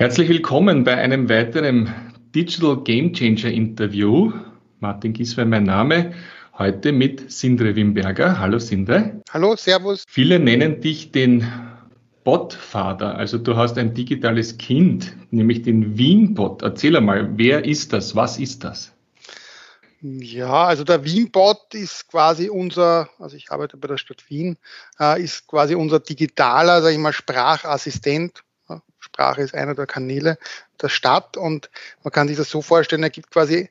Herzlich willkommen bei einem weiteren Digital Game Changer Interview. Martin Gieswein mein Name, heute mit Sindre Wimberger. Hallo Sindre. Hallo, Servus. Viele nennen dich den Bot-Vater, also du hast ein digitales Kind, nämlich den Wienbot. Erzähl einmal, wer ist das, was ist das? Ja, also der Wienbot ist quasi also ich arbeite bei der Stadt Wien, ist quasi unser digitaler, sage ich mal, Sprachassistent. Sprache ist einer der Kanäle der Stadt und man kann sich das so vorstellen, er gibt quasi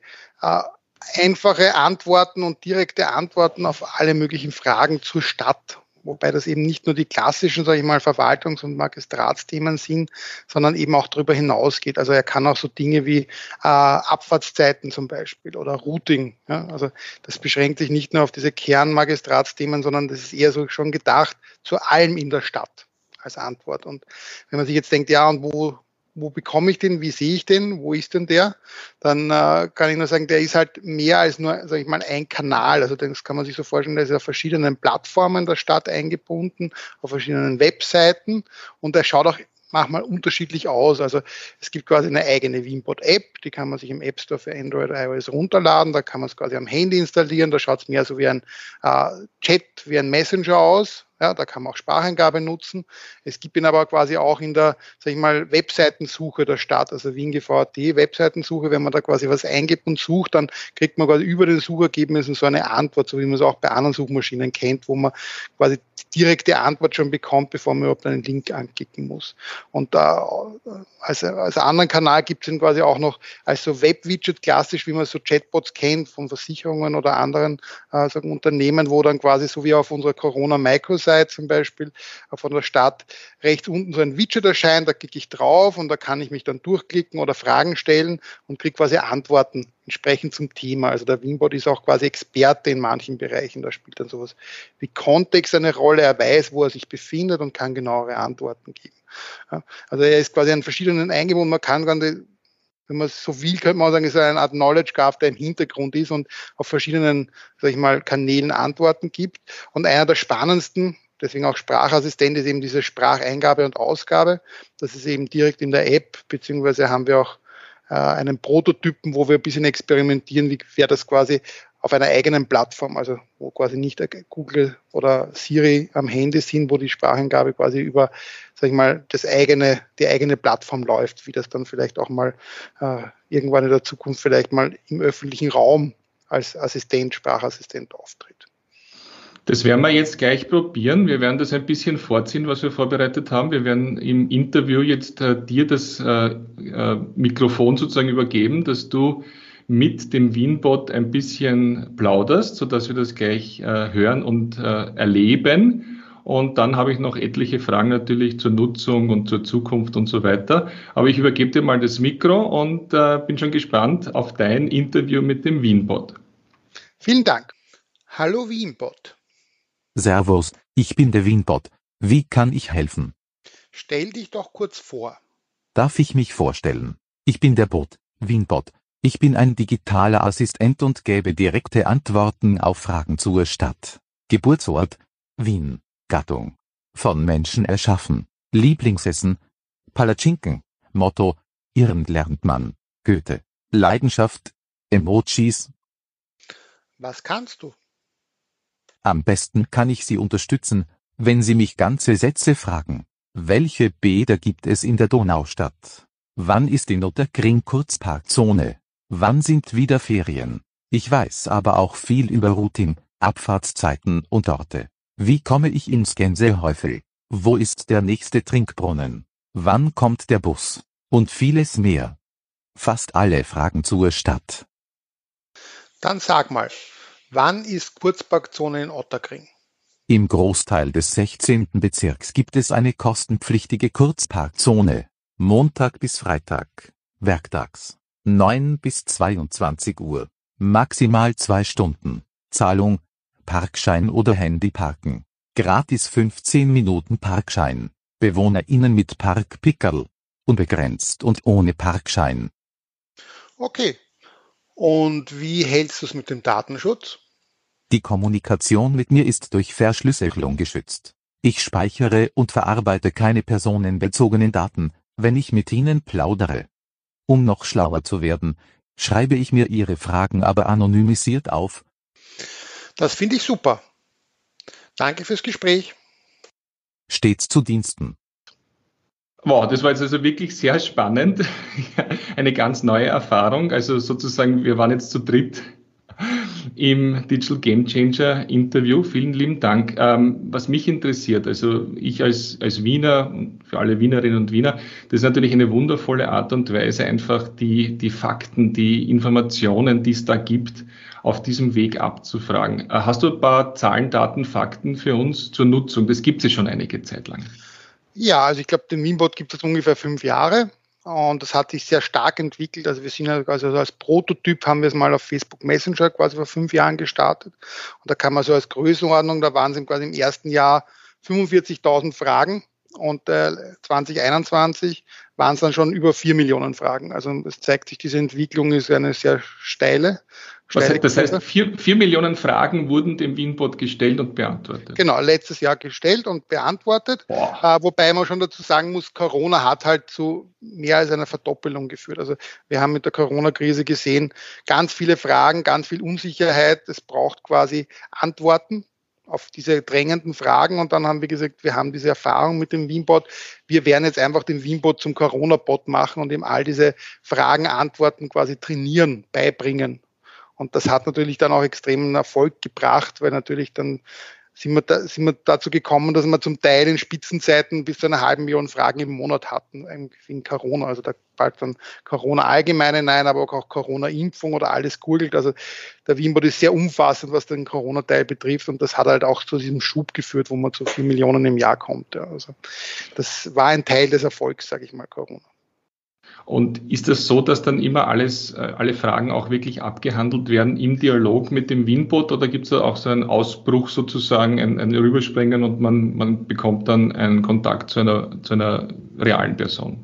einfache Antworten und direkte Antworten auf alle möglichen Fragen zur Stadt. Wobei das eben nicht nur die klassischen, sage ich mal, Verwaltungs- und Magistratsthemen sind, sondern eben auch darüber hinausgeht. Also er kann auch so Dinge wie Abfahrtszeiten zum Beispiel oder Routing. Ja? Also das beschränkt sich nicht nur auf diese Kernmagistratsthemen, sondern das ist eher so schon gedacht zu allem in der Stadt als Antwort. Und wenn man sich jetzt denkt, ja, und wo bekomme ich den, wie sehe ich den, wo ist denn der, dann kann ich nur sagen, der ist halt mehr als nur, sage ich mal, ein Kanal. Also das kann man sich so vorstellen, der ist auf verschiedenen Plattformen der Stadt eingebunden, auf verschiedenen Webseiten und der schaut auch manchmal unterschiedlich aus. Also es gibt quasi eine eigene Wienbot-App, die kann man sich im App Store für Android, iOS runterladen, da kann man es quasi am Handy installieren, da schaut es mehr so wie ein Chat, wie ein Messenger aus. Ja, da kann man auch Spracheingabe nutzen. Es gibt ihn aber quasi auch in der, sag ich mal, Webseitensuche der Stadt, also WienGV.at, Webseitensuche. Wenn man da quasi was eingibt und sucht, dann kriegt man quasi über den Suchergebnissen so eine Antwort, so wie man es auch bei anderen Suchmaschinen kennt, wo man quasi die direkte Antwort schon bekommt, bevor man überhaupt einen Link anklicken muss. Und als anderen Kanal gibt es ihn quasi auch noch als so Web-Widget, klassisch, wie man so Chatbots kennt von Versicherungen oder anderen Unternehmen, wo dann quasi so wie auf unserer Corona-Microsite zum Beispiel von der Stadt rechts unten so ein Widget erscheint, da klicke ich drauf und da kann ich mich dann durchklicken oder Fragen stellen und kriege quasi Antworten entsprechend zum Thema. Also der Wienbot ist auch quasi Experte in manchen Bereichen, da spielt dann sowas wie Kontext eine Rolle, er weiß, wo er sich befindet und kann genauere Antworten geben. Ja, also er ist quasi an verschiedenen eingebunden, man kann wenn man es so will, könnte man auch sagen, es ist eine Art Knowledge Graph, der im Hintergrund ist und auf verschiedenen, sag ich mal, Kanälen Antworten gibt. Und einer der spannendsten, deswegen auch Sprachassistent, ist eben diese Spracheingabe und Ausgabe. Das ist eben direkt in der App, beziehungsweise haben wir auch einen Prototypen, wo wir ein bisschen experimentieren, wie wäre das quasi auf einer eigenen Plattform, also wo quasi nicht Google oder Siri am Handy sind, wo die Spracheingabe quasi über, sag ich mal, die eigene Plattform läuft, wie das dann vielleicht auch mal irgendwann in der Zukunft vielleicht mal im öffentlichen Raum als Sprachassistent auftritt. Das werden wir jetzt gleich probieren. Wir werden das ein bisschen vorziehen, was wir vorbereitet haben. Wir werden im Interview jetzt dir das Mikrofon sozusagen übergeben, dass du mit dem Wienbot ein bisschen plauderst, sodass wir das gleich hören und erleben. Und dann habe ich noch etliche Fragen natürlich zur Nutzung und zur Zukunft und so weiter. Aber ich übergebe dir mal das Mikro und bin schon gespannt auf dein Interview mit dem Wienbot. Vielen Dank. Hallo Wienbot. Servus, ich bin der Wienbot. Wie kann ich helfen? Stell dich doch kurz vor. Darf ich mich vorstellen? Ich bin der Bot, Wienbot. Ich bin ein digitaler Assistent und gebe direkte Antworten auf Fragen zur Stadt. Geburtsort: Wien. Gattung: von Menschen erschaffen. Lieblingsessen: Palatschinken. Motto: Irren lernt man. Goethe. Leidenschaft: Emojis. Was kannst du? Am besten kann ich Sie unterstützen, wenn Sie mich ganze Sätze fragen. Welche Bäder gibt es in der Donaustadt? Wann ist in Otterkring Kurzparkzone? Wann sind wieder Ferien? Ich weiß aber auch viel über Routing, Abfahrtszeiten und Orte. Wie komme ich ins Gänsehäufel? Wo ist der nächste Trinkbrunnen? Wann kommt der Bus? Und vieles mehr. Fast alle Fragen zur Stadt. Dann sag mal, wann ist Kurzparkzone in Otterkring? Im Großteil des 16. Bezirks gibt es eine kostenpflichtige Kurzparkzone. Montag bis Freitag, werktags, 9 bis 22 Uhr, maximal 2 Stunden. Zahlung: Parkschein oder Handyparken. Gratis 15 Minuten Parkschein. BewohnerInnen mit Parkpickerl. Unbegrenzt und ohne Parkschein. Okay. Und wie hältst du es mit dem Datenschutz? Die Kommunikation mit mir ist durch Verschlüsselung geschützt. Ich speichere und verarbeite keine personenbezogenen Daten, wenn ich mit Ihnen plaudere. Um noch schlauer zu werden, schreibe ich mir Ihre Fragen aber anonymisiert auf. Das finde ich super. Danke fürs Gespräch. Stets zu Diensten. Wow, das war jetzt also wirklich sehr spannend. Eine ganz neue Erfahrung. Also sozusagen, wir waren jetzt zu dritt im Digital Game Changer Interview. Vielen lieben Dank. Was mich interessiert, also ich als Wiener und für alle Wienerinnen und Wiener, das ist natürlich eine wundervolle Art und Weise, einfach die Fakten, die Informationen, die es da gibt, auf diesem Weg abzufragen. Hast du ein paar Zahlen, Daten, Fakten für uns zur Nutzung? Das gibt es schon einige Zeit lang. Ja, also ich glaube, den Wienbot gibt es ungefähr 5 Jahre und das hat sich sehr stark entwickelt. Also wir sind ja also als Prototyp haben wir es mal auf Facebook Messenger quasi vor 5 Jahren gestartet und da kann man so als Größenordnung, da waren es quasi im ersten Jahr 45.000 Fragen und 2021 waren es dann schon über 4 Millionen Fragen. Also es zeigt sich, diese Entwicklung ist eine sehr steile. Das heißt, 4 Millionen Fragen wurden dem Wienbot gestellt und beantwortet. Genau, letztes Jahr gestellt und beantwortet. Wobei man schon dazu sagen muss, Corona hat halt zu mehr als einer Verdoppelung geführt. Also wir haben mit der Corona-Krise gesehen, ganz viele Fragen, ganz viel Unsicherheit. Es braucht quasi Antworten auf diese drängenden Fragen. Und dann haben wir gesagt, wir haben diese Erfahrung mit dem Wienbot. Wir werden jetzt einfach den Wienbot zum Corona-Bot machen und ihm all diese Fragen, Antworten quasi trainieren, beibringen. Und das hat natürlich dann auch extremen Erfolg gebracht, weil natürlich dann sind wir dazu gekommen, dass wir zum Teil in Spitzenzeiten bis zu 500.000 Fragen im Monat hatten, wegen Corona. Also da bald dann Corona allgemein hinein, aber auch Corona-Impfung oder alles gurgelt. Also der Wienbot ist sehr umfassend, was den Corona-Teil betrifft und das hat halt auch zu diesem Schub geführt, wo man zu 4 Millionen im Jahr kommt. Ja. Also das war ein Teil des Erfolgs, sage ich mal, Corona. Und ist das so, dass dann immer alle Fragen auch wirklich abgehandelt werden im Dialog mit dem Wienbot oder gibt es da auch so einen Ausbruch sozusagen, ein Rüberspringen und man bekommt dann einen Kontakt zu einer realen Person?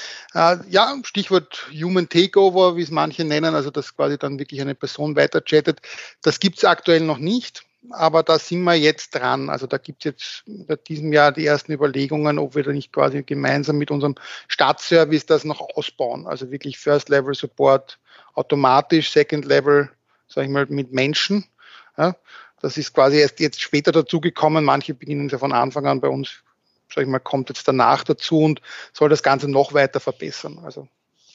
Ja, Stichwort Human Takeover, wie es manche nennen, also dass quasi dann wirklich eine Person weiter chattet. Das gibt es aktuell noch nicht. Aber da sind wir jetzt dran. Also da gibt es jetzt in diesem Jahr die ersten Überlegungen, ob wir da nicht quasi gemeinsam mit unserem Stadtservice das noch ausbauen. Also wirklich First-Level-Support automatisch, Second-Level, sage ich mal, mit Menschen. Ja, das ist quasi erst jetzt später dazugekommen. Manche beginnen ja von Anfang an bei uns, sage ich mal, kommt jetzt danach dazu und soll das Ganze noch weiter verbessern. Also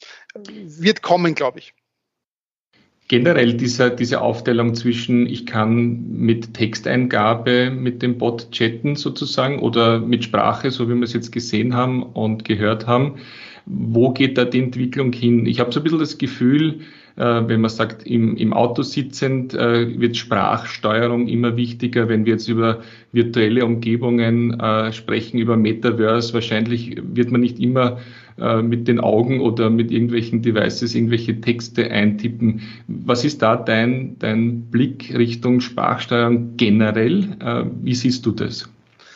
wird kommen, glaube ich. Generell diese Aufteilung zwischen, ich kann mit Texteingabe mit dem Bot chatten sozusagen oder mit Sprache, so wie wir es jetzt gesehen haben und gehört haben. Wo geht da die Entwicklung hin? Ich habe so ein bisschen das Gefühl, wenn man sagt, im Auto sitzend wird Sprachsteuerung immer wichtiger, wenn wir jetzt über virtuelle Umgebungen sprechen, über Metaverse. Wahrscheinlich wird man nicht immer mit den Augen oder mit irgendwelchen Devices irgendwelche Texte eintippen. Was ist da dein Blick Richtung Sprachsteuerung generell? Wie siehst du das?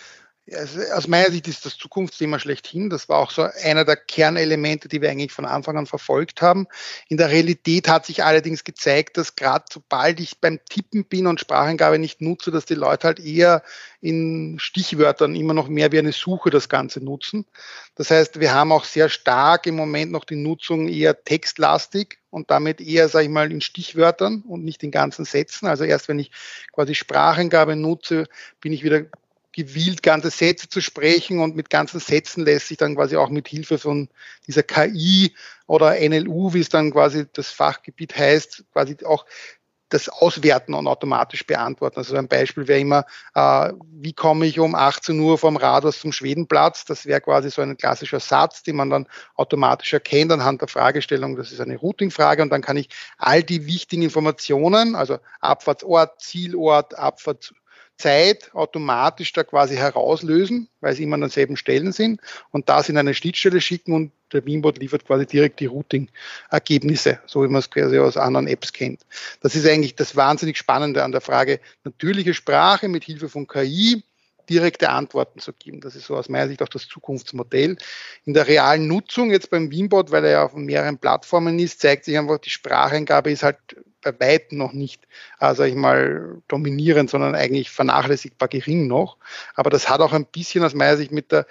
Also aus meiner Sicht ist das Zukunftsthema schlechthin. Das war auch so einer der Kernelemente, die wir eigentlich von Anfang an verfolgt haben. In der Realität hat sich allerdings gezeigt, dass gerade sobald ich beim Tippen bin und Spracheingabe nicht nutze, dass die Leute halt eher in Stichwörtern immer noch mehr wie eine Suche das Ganze nutzen. Das heißt, wir haben auch sehr stark im Moment noch die Nutzung eher textlastig und damit eher, sage ich mal, in Stichwörtern und nicht in ganzen Sätzen. Also erst wenn ich quasi Spracheingabe nutze, bin ich wieder gewillt, ganze Sätze zu sprechen und mit ganzen Sätzen lässt sich dann quasi auch mit Hilfe von dieser KI oder NLU, wie es dann quasi das Fachgebiet heißt, quasi auch das auswerten und automatisch beantworten. Also ein Beispiel wäre immer, wie komme ich um 18 Uhr vom Rathaus zum Schwedenplatz? Das wäre quasi so ein klassischer Satz, den man dann automatisch erkennt anhand der Fragestellung. Das ist eine Routing-Frage und dann kann ich all die wichtigen Informationen, also Abfahrtsort, Zielort, Abfahrtszeit automatisch da quasi herauslösen, weil sie immer an denselben Stellen sind und das in eine Schnittstelle schicken und der Wienbot liefert quasi direkt die Routing-Ergebnisse, so wie man es quasi aus anderen Apps kennt. Das ist eigentlich das wahnsinnig Spannende an der Frage, natürliche Sprache mit Hilfe von KI direkte Antworten zu geben. Das ist so aus meiner Sicht auch das Zukunftsmodell. In der realen Nutzung jetzt beim Wienbot, weil er ja auf mehreren Plattformen ist, zeigt sich einfach, die Spracheingabe ist halt bei weitem noch nicht, sage ich mal, dominierend, sondern eigentlich vernachlässigbar gering noch. Aber das hat auch ein bisschen aus meiner Sicht mit der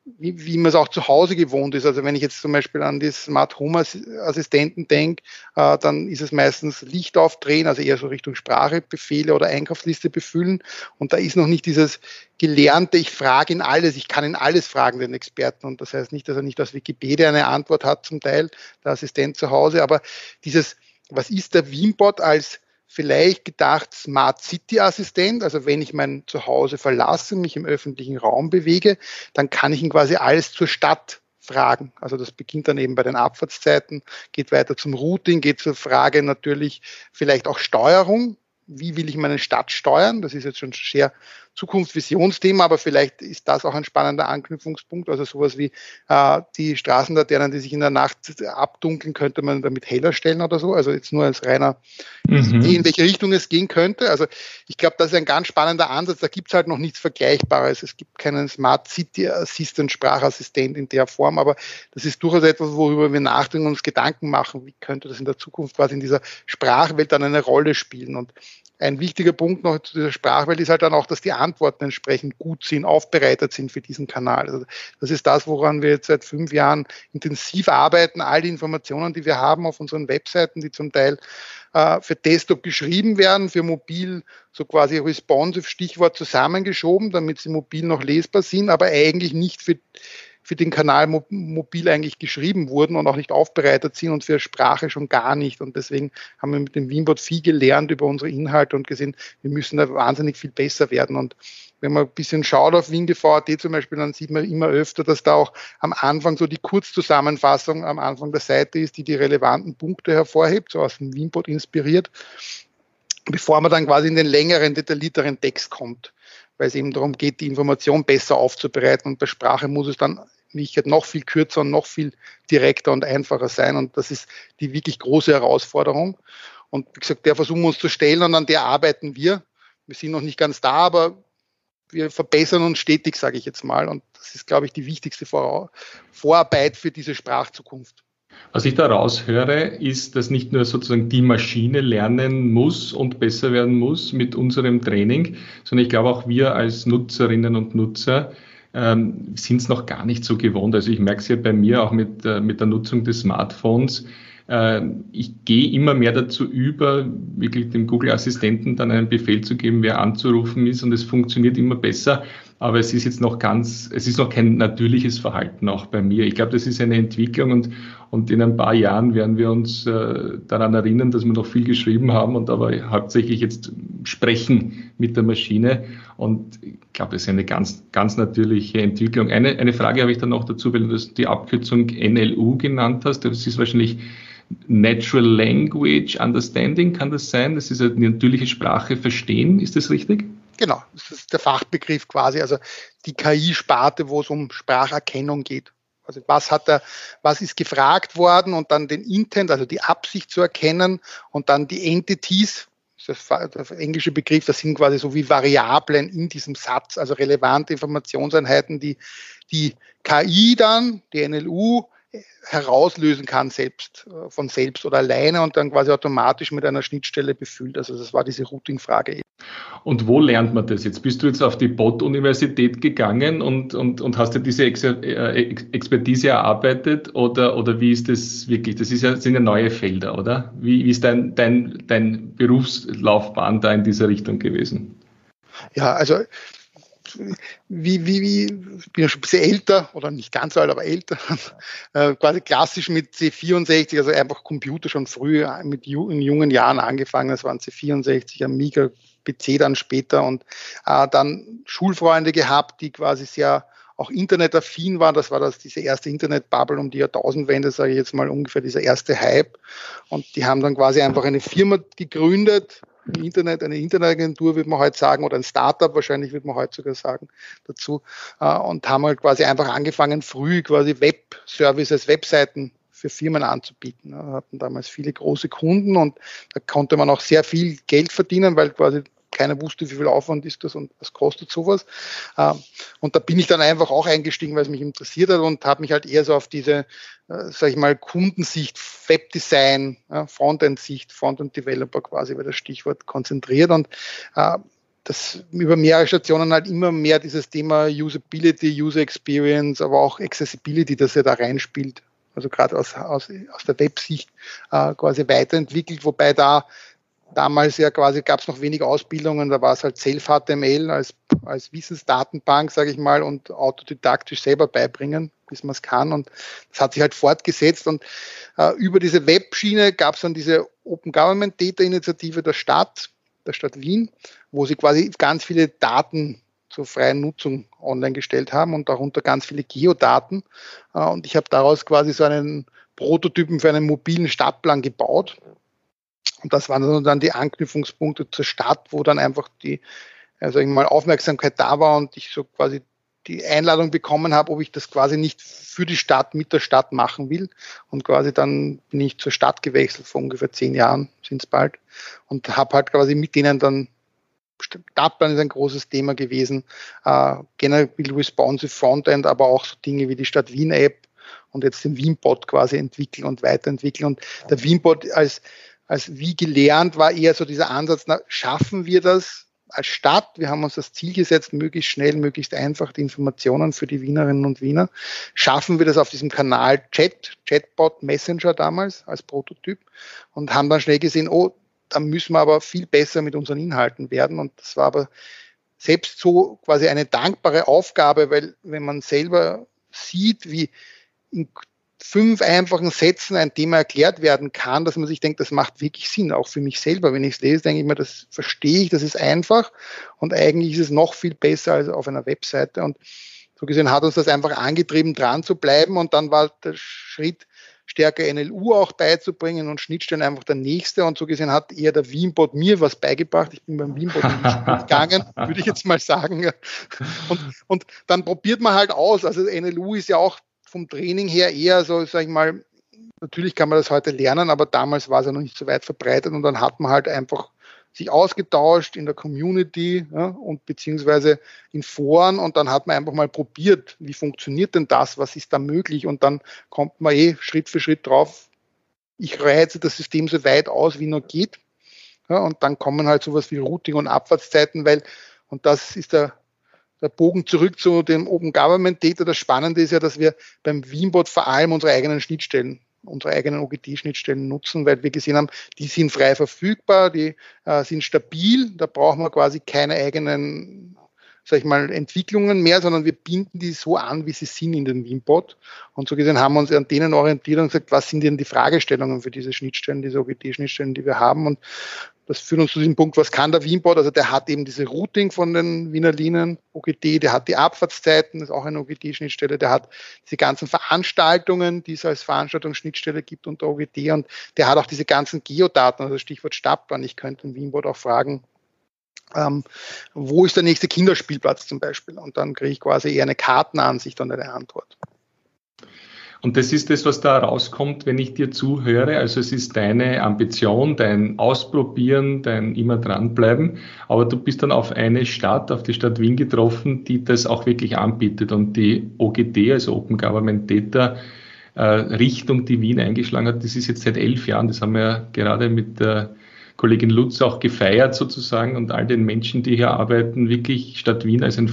wie man es auch zu Hause gewohnt ist. Also wenn ich jetzt zum Beispiel an die Smart Home Assistenten denke, dann ist es meistens Licht aufdrehen, also eher so Richtung Sprachebefehle oder Einkaufsliste befüllen. Und da ist noch nicht dieses Gelernte, ich frage ihn alles, ich kann ihn alles fragen, den Experten. Und das heißt nicht, dass er nicht aus Wikipedia eine Antwort hat zum Teil, der Assistent zu Hause, aber dieses, was ist der Wienbot als vielleicht gedacht Smart City Assistent, also wenn ich mein Zuhause verlasse, mich im öffentlichen Raum bewege, dann kann ich ihn quasi alles zur Stadt fragen. Also das beginnt dann eben bei den Abfahrtszeiten, geht weiter zum Routing, geht zur Frage natürlich vielleicht auch Steuerung. Wie will ich meine Stadt steuern? Das ist jetzt schon sehr Zukunftsvisionsthema, aber vielleicht ist das auch ein spannender Anknüpfungspunkt. Also sowas wie die Straßenlaternen, die sich in der Nacht abdunkeln, könnte man damit heller stellen oder so. Also jetzt nur als reiner Idee, in welche Richtung es gehen könnte. Also ich glaube, das ist ein ganz spannender Ansatz. Da gibt es halt noch nichts Vergleichbares. Es gibt keinen Smart City Assistant, Sprachassistent in der Form, aber das ist durchaus etwas, worüber wir nachdenken und uns Gedanken machen. Wie könnte das in der Zukunft quasi in dieser Sprachwelt dann eine Rolle spielen? Und ein wichtiger Punkt noch zu dieser Sprachwelt ist halt dann auch, dass die Antworten entsprechend gut sind, aufbereitet sind für diesen Kanal. Also das ist das, woran wir jetzt seit 5 Jahren intensiv arbeiten. All die Informationen, die wir haben auf unseren Webseiten, die zum Teil für Desktop geschrieben werden, für mobil so quasi responsive Stichwort zusammengeschoben, damit sie mobil noch lesbar sind, aber eigentlich nicht für den Kanal mobil eigentlich geschrieben wurden und auch nicht aufbereitet sind und für Sprache schon gar nicht. Und deswegen haben wir mit dem Wienbot viel gelernt über unsere Inhalte und gesehen, wir müssen da wahnsinnig viel besser werden. Und wenn man ein bisschen schaut auf WinGV.at zum Beispiel, dann sieht man immer öfter, dass da auch am Anfang so die Kurzzusammenfassung am Anfang der Seite ist, die relevanten Punkte hervorhebt, so aus dem Wienbot inspiriert, bevor man dann quasi in den längeren, detaillierteren Text kommt, weil es eben darum geht, die Information besser aufzubereiten. Und bei Sprache muss es dann noch viel kürzer und noch viel direkter und einfacher sein. Und das ist die wirklich große Herausforderung. Und wie gesagt, der versuchen wir uns zu stellen und an der arbeiten wir. Wir sind noch nicht ganz da, aber wir verbessern uns stetig, sage ich jetzt mal. Und das ist, glaube ich, die wichtigste Vorarbeit für diese Sprachzukunft. Was ich da raushöre, ist, dass nicht nur sozusagen die Maschine lernen muss und besser werden muss mit unserem Training, sondern ich glaube auch wir als Nutzerinnen und Nutzer sind es noch gar nicht so gewohnt. Also ich merke es ja bei mir auch mit der Nutzung des Smartphones. Ich gehe immer mehr dazu über, wirklich dem Google-Assistenten dann einen Befehl zu geben, wer anzurufen ist, und es funktioniert immer besser. Aber es ist jetzt noch kein natürliches Verhalten auch bei mir. Ich glaube, das ist eine Entwicklung und in ein paar Jahren werden wir uns daran erinnern, dass wir noch viel geschrieben haben und aber hauptsächlich jetzt sprechen mit der Maschine. Und ich glaube, das ist eine ganz, ganz natürliche Entwicklung. Eine Frage habe ich dann noch dazu, weil du die Abkürzung NLU genannt hast. Das ist wahrscheinlich Natural Language Understanding, kann das sein? Das ist eine natürliche Sprache verstehen. Ist das richtig? Genau, das ist der Fachbegriff quasi, also die KI-Sparte, wo es um Spracherkennung geht. Also was ist gefragt worden und dann den Intent, also die Absicht zu erkennen und dann die Entities, das ist der englische Begriff, das sind quasi so wie Variablen in diesem Satz, also relevante Informationseinheiten, die KI dann, die NLU, herauslösen kann von selbst oder alleine und dann quasi automatisch mit einer Schnittstelle befüllt. Also das war diese Routing-Frage. Und wo lernt man das jetzt? Bist du jetzt auf die Bot-Universität gegangen und hast dir diese Expertise erarbeitet oder wie ist das wirklich? Das sind ja neue Felder, oder? Wie ist dein Berufslaufbahn da in dieser Richtung gewesen? Ja, also ich bin ja schon ein bisschen älter, oder nicht ganz so alt, aber älter, quasi klassisch mit C64, also einfach Computer schon früh in jungen Jahren angefangen, das waren C64, Amiga, PC dann später und dann Schulfreunde gehabt, die quasi sehr auch internetaffin waren. Das war diese erste Internetbubble um die Jahrtausendwende, sage ich jetzt mal ungefähr, dieser erste Hype. Und die haben dann quasi einfach eine Firma gegründet, im Internet, eine Internetagentur, würde man heute sagen, oder ein Startup, wahrscheinlich würde man heute sogar sagen, dazu, und haben halt quasi einfach angefangen, früh quasi Web-Services, Webseiten für Firmen anzubieten. Wir hatten damals viele große Kunden und da konnte man auch sehr viel Geld verdienen, weil quasi keiner wusste, wie viel Aufwand ist das und was kostet sowas. Und da bin ich dann einfach auch eingestiegen, weil es mich interessiert hat und habe mich halt eher so auf diese, sage ich mal, Kundensicht, Webdesign, Frontend-Sicht, Frontend-Developer quasi, weil das Stichwort konzentriert. Und dass über mehrere Stationen halt immer mehr dieses Thema Usability, User Experience, aber auch Accessibility, das ja da reinspielt, also gerade aus der Websicht quasi weiterentwickelt, wobei da damals ja quasi gab es noch wenig Ausbildungen, da war es halt Self-HTML als Wissensdatenbank, sage ich mal, und autodidaktisch selber beibringen, bis man es kann, und das hat sich halt fortgesetzt, und über diese Webschiene gab es dann diese Open Government Data Initiative der Stadt Wien, wo sie quasi ganz viele Daten zur freien Nutzung online gestellt haben und darunter ganz viele Geodaten. Und ich habe daraus quasi so einen Prototypen für einen mobilen Stadtplan gebaut. Und das waren dann die Anknüpfungspunkte zur Stadt, wo dann einfach die Aufmerksamkeit da war und ich so quasi die Einladung bekommen habe, ob ich das quasi nicht für die Stadt, mit der Stadt machen will. Und quasi dann bin ich zur Stadt gewechselt, vor ungefähr 10 Jahren sind es bald. Und habe halt quasi mit denen dann, Stadtplan ist ein großes Thema gewesen, generell responsive Frontend, aber auch so Dinge wie die Stadt Wien App und jetzt den Wienbot quasi entwickeln und weiterentwickeln. Und der Wienbot als wie gelernt war eher so dieser Ansatz, schaffen wir das als Stadt? Wir haben uns das Ziel gesetzt, möglichst schnell, möglichst einfach die Informationen für die Wienerinnen und Wiener. Schaffen wir das auf diesem Kanal Chatbot, Messenger damals als Prototyp, und haben dann schnell gesehen, da müssen wir aber viel besser mit unseren Inhalten werden. Und das war aber selbst so quasi eine dankbare Aufgabe, weil wenn man selber sieht, wie in 5 einfachen Sätzen ein Thema erklärt werden kann, dass man sich denkt, das macht wirklich Sinn, auch für mich selber. Wenn ich es lese, denke ich mir, das verstehe ich, das ist einfach, und eigentlich ist es noch viel besser als auf einer Webseite. Und so gesehen hat uns das einfach angetrieben, dran zu bleiben, und dann war der Schritt, stärker NLU auch beizubringen und Schnittstellen einfach der nächste, und so gesehen hat eher der Wienbot mir was beigebracht. Ich bin beim Wienbot gegangen, würde ich jetzt mal sagen. Und dann probiert man halt aus. Also NLU ist ja auch vom Training her eher so, sag ich mal, natürlich kann man das heute lernen, aber damals war es ja noch nicht so weit verbreitet, und dann hat man halt einfach sich ausgetauscht in der Community, ja, und beziehungsweise in Foren, und dann hat man einfach mal probiert, wie funktioniert denn das, was ist da möglich, und dann kommt man Schritt für Schritt drauf, ich reize das System so weit aus, wie nur geht, ja, und dann kommen halt sowas wie Routing und Abfahrtszeiten, und das ist der Bogen zurück zu dem Open Government Data. Das Spannende ist ja, dass wir beim Wienbot vor allem unsere eigenen OGD-Schnittstellen nutzen, weil wir gesehen haben, die sind frei verfügbar, die sind stabil, da brauchen wir quasi keine eigenen, sag ich mal, Entwicklungen mehr, sondern wir binden die so an, wie sie sind in den Wienbot. Und so gesehen haben wir uns an denen orientiert und gesagt, was sind denn die Fragestellungen für diese Schnittstellen, diese OGD-Schnittstellen, die wir haben. Und das führt uns zu diesem Punkt, was kann der Wienbot? Also der hat eben diese Routing von den Wiener Linien, OGD, der hat die Abfahrtszeiten, das ist auch eine OGD-Schnittstelle, der hat diese ganzen Veranstaltungen, die es als Veranstaltungsschnittstelle gibt unter OGD, und der hat auch diese ganzen Geodaten, also Stichwort Stadtplan. Ich könnte den Wienbot auch fragen, wo ist der nächste Kinderspielplatz zum Beispiel? Und dann kriege ich quasi eher eine Kartenansicht und eine Antwort. Und das ist das, was da rauskommt, wenn ich dir zuhöre. Also es ist deine Ambition, dein Ausprobieren, dein immer dranbleiben. Aber du bist dann auf eine Stadt, auf die Stadt Wien getroffen, die das auch wirklich anbietet. Und die OGD, also Open Government Data, Richtung, die Wien eingeschlagen hat, das ist jetzt seit 11 Jahren. Das haben wir ja gerade mit der Kollegin Lutz auch gefeiert sozusagen, und all den Menschen, die hier arbeiten, wirklich Stadt Wien als eine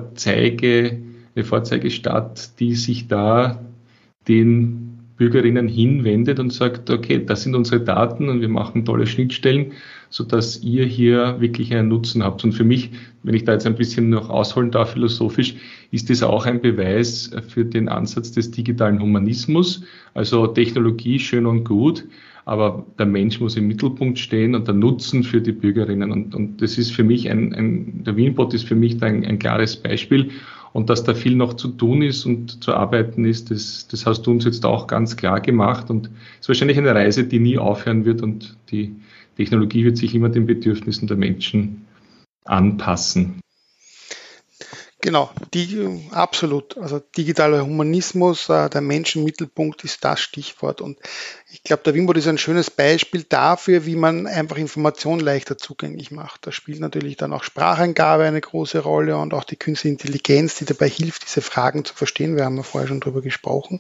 Vorzeigestadt, die sich da den Bürgerinnen hinwendet und sagt, okay, das sind unsere Daten und wir machen tolle Schnittstellen, sodass ihr hier wirklich einen Nutzen habt. Und für mich, wenn ich da jetzt ein bisschen noch ausholen darf, philosophisch, ist das auch ein Beweis für den Ansatz des digitalen Humanismus. Also Technologie schön und gut, aber der Mensch muss im Mittelpunkt stehen und der Nutzen für die Bürgerinnen. Und das ist für mich der Wienbot ist für mich da ein klares Beispiel. Und dass da viel noch zu tun ist und zu arbeiten ist, das hast du uns jetzt auch ganz klar gemacht. Und es ist wahrscheinlich eine Reise, die nie aufhören wird, und die Technologie wird sich immer den Bedürfnissen der Menschen anpassen. Genau, absolut. Also digitaler Humanismus, der Mensch im Mittelpunkt ist das Stichwort. Und ich glaube, der Wimbot ist ein schönes Beispiel dafür, wie man einfach Informationen leichter zugänglich macht. Da spielt natürlich dann auch Spracheingabe eine große Rolle und auch die künstliche Intelligenz, die dabei hilft, diese Fragen zu verstehen. Wir haben ja vorher schon drüber gesprochen.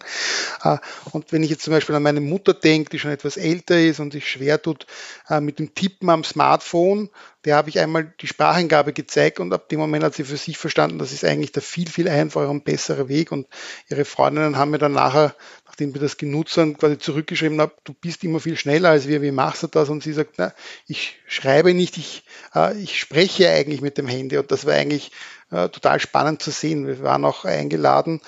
Und wenn ich jetzt zum Beispiel an meine Mutter denke, die schon etwas älter ist und sich schwer tut mit dem Tippen am Smartphone, der habe ich einmal die Spracheingabe gezeigt und ab dem Moment hat sie für sich verstanden, das ist eigentlich der viel, viel einfacher und bessere Weg. Und ihre Freundinnen haben mir dann nachher, nachdem wir das genutzt haben, quasi zurückgeschrieben, du bist immer viel schneller als wir, wie machst du das? Und sie sagt, na, ich schreibe nicht, ich spreche eigentlich mit dem Handy. Und das war eigentlich total spannend zu sehen. Wir waren auch eingeladen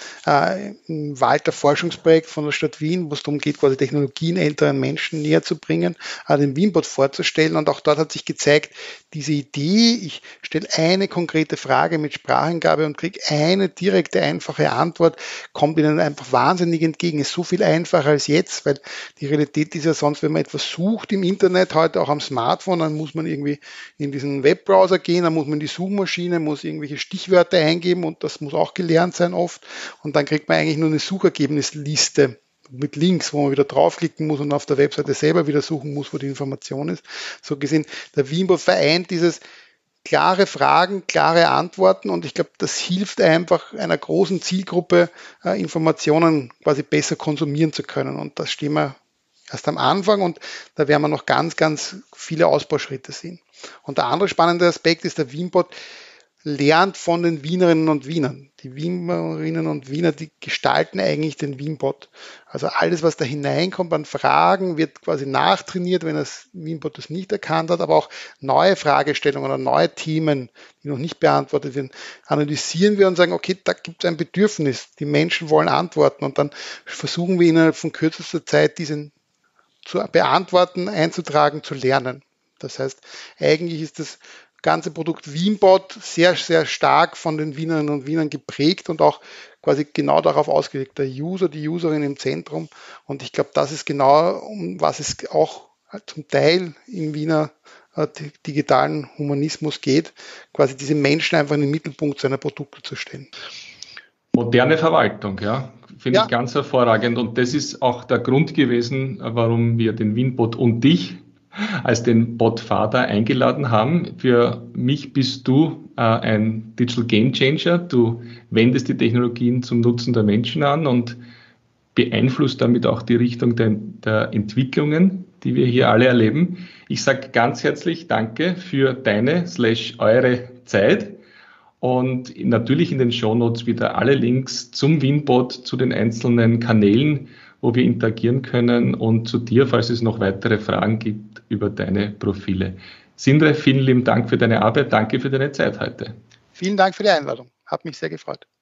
im Walter Forschungsprojekt von der Stadt Wien, wo es darum geht, quasi Technologien älteren Menschen näher zu bringen, den Wimbot vorzustellen. Und auch dort hat sich gezeigt, diese Idee, ich stelle eine konkrete Frage mit Spracheingabe und kriege eine direkte, einfache Antwort, kommt ihnen einfach wahnsinnig entgegen. Ist so viel einfacher als jetzt, weil die Realität ist ja sonst, wenn man etwas sucht im Internet, heute auch am Smartphone, dann muss man irgendwie in diesen Webbrowser gehen, dann muss man in die Suchmaschine, muss irgendwelche Stichwörter eingeben und das muss auch gelernt sein oft. Und dann kriegt man eigentlich nur eine Suchergebnisliste mit Links, wo man wieder draufklicken muss und auf der Webseite selber wieder suchen muss, wo die Information ist. So gesehen, der Wimbot vereint dieses klare Fragen, klare Antworten und ich glaube, das hilft einfach einer großen Zielgruppe, Informationen quasi besser konsumieren zu können. Und das stehen wir erst am Anfang und da werden wir noch ganz, ganz viele Ausbauschritte sehen. Und der andere spannende Aspekt ist, der Wimbot lernt von den Wienerinnen und Wienern. Die Wienerinnen und Wiener, die gestalten eigentlich den Wimbot. Also alles, was da hineinkommt an Fragen, wird quasi nachtrainiert, wenn das Wimbot das nicht erkannt hat, aber auch neue Fragestellungen oder neue Themen, die noch nicht beantwortet werden, analysieren wir und sagen, okay, da gibt es ein Bedürfnis. Die Menschen wollen Antworten und dann versuchen wir innerhalb von kürzester Zeit, diesen zu beantworten, einzutragen, zu lernen. Das heißt, eigentlich ist das ganze Produkt Wimbot sehr, sehr stark von den Wienerinnen und Wienern geprägt und auch quasi genau darauf ausgelegt. Der User, die Userin im Zentrum. Und ich glaube, das ist genau, um was es auch zum Teil im Wiener digitalen Humanismus geht, quasi diese Menschen einfach in den Mittelpunkt seiner Produkte zu stellen. Moderne Verwaltung, ja, finde ich ganz hervorragend. Und das ist auch der Grund gewesen, warum wir den Wimbot und dich als den Bot-Vater eingeladen haben. Für mich bist du ein Digital Game Changer. Du wendest die Technologien zum Nutzen der Menschen an und beeinflusst damit auch die Richtung der Entwicklungen, die wir hier alle erleben. Ich sage ganz herzlich Danke für deine/eure Zeit. Und natürlich in den Shownotes wieder alle Links zum Wimbot, zu den einzelnen Kanälen, wo wir interagieren können und zu dir, falls es noch weitere Fragen gibt über deine Profile. Sindre, vielen lieben Dank für deine Arbeit. Danke für deine Zeit heute. Vielen Dank für die Einladung. Hat mich sehr gefreut.